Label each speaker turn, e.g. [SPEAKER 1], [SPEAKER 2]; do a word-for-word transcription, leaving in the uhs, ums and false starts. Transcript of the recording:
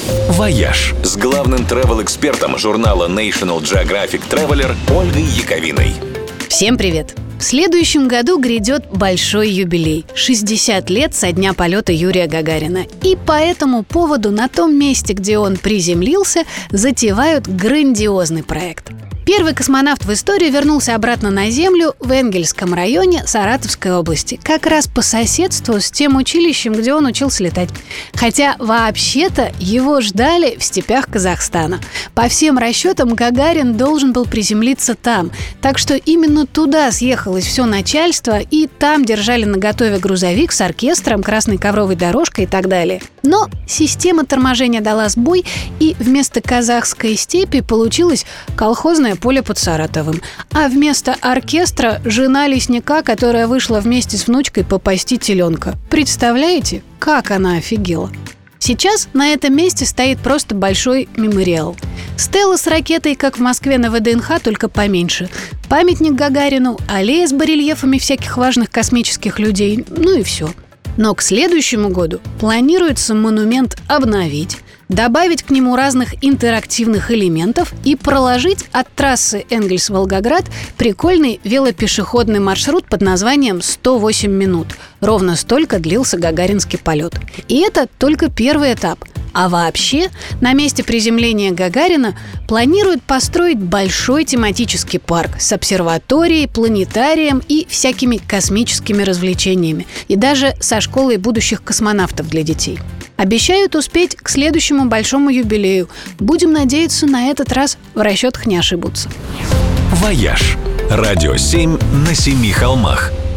[SPEAKER 1] «Вояж» с главным travel-экспертом журнала National Geographic Traveler Ольгой Яковиной.
[SPEAKER 2] Всем привет! В следующем году грядет большой юбилей – шестьдесят лет со дня полета Юрия Гагарина. И по этому поводу на том месте, где он приземлился, затевают грандиозный проект. Первый космонавт в истории вернулся обратно на Землю в Энгельсском районе Саратовской области, как раз по соседству с тем училищем, где он учился летать. Хотя вообще-то его ждали в степях Казахстана. По всем расчетам, Гагарин должен был приземлиться там, так что именно туда съехалось все начальство, и там держали наготове грузовик с оркестром, красной ковровой дорожкой и так далее. Но система торможения дала сбой, и вместо казахской степи получилось колхозное поле под Саратовым. А вместо оркестра жена лесника, которая вышла вместе с внучкой попасти теленка. Представляете, как она офигела? Сейчас на этом месте стоит просто большой мемориал. Стела с ракетой, как в Москве на вэ дэ эн ха, только поменьше. Памятник Гагарину, аллея с барельефами всяких важных космических людей, ну и все. Но к следующему году планируется монумент обновить, добавить к нему разных интерактивных элементов и проложить от трассы Энгельс-Волгоград прикольный велопешеходный маршрут под названием сто восемь минут. Ровно столько длился гагаринский полет. И это только первый этап. А вообще, на месте приземления Гагарина планируют построить большой тематический парк с обсерваторией, планетарием и всякими космическими развлечениями. И даже со школой будущих космонавтов для детей. Обещают успеть к следующему большому юбилею. Будем надеяться, на этот раз в расчетах не ошибутся.
[SPEAKER 1] «Вояж» – радио семь на семи холмах.